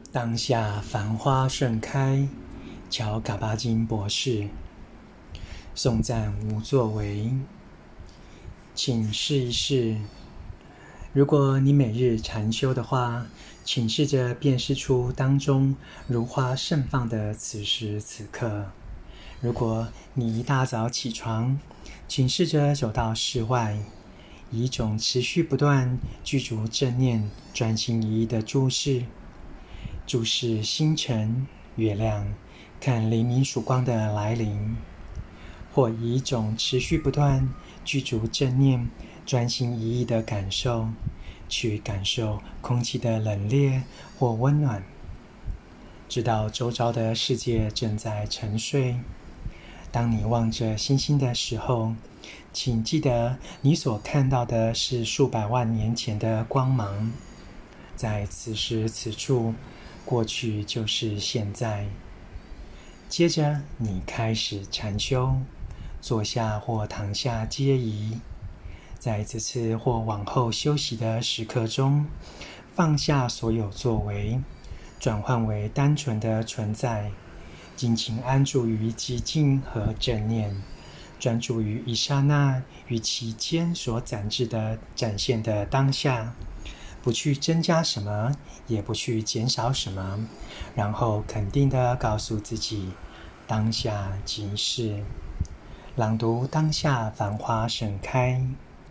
当下繁花盛开，乔嘎巴金博士。颂赞无作为。请试一试，如果你每日禅修的话，请试着辨识出当中如花盛放的此时此刻。如果你一大早起床，请试着走到室外，以一种持续不断、具足正念、专心一意的注视星辰、月亮，看黎明曙光的来临；或以一种持续不断、具足正念、专心一意的感受，去感受空气的冷冽或温暖，直到周遭的世界正在沉睡。当你望着星星的时候，请记得你所看到的是数百万年前的光芒。在此时此处，过去就是现在。接着你开始禅修，坐下或躺下皆宜。在这次或往后休息的时刻中，放下所有作为，转换为单纯的存在，尽情安住于寂静和正念，专注于一刹那与其间所展现的当下，不去增加什么，也不去减少什么，然后肯定地告诉自己，当下即是。朗读当下繁花盛开。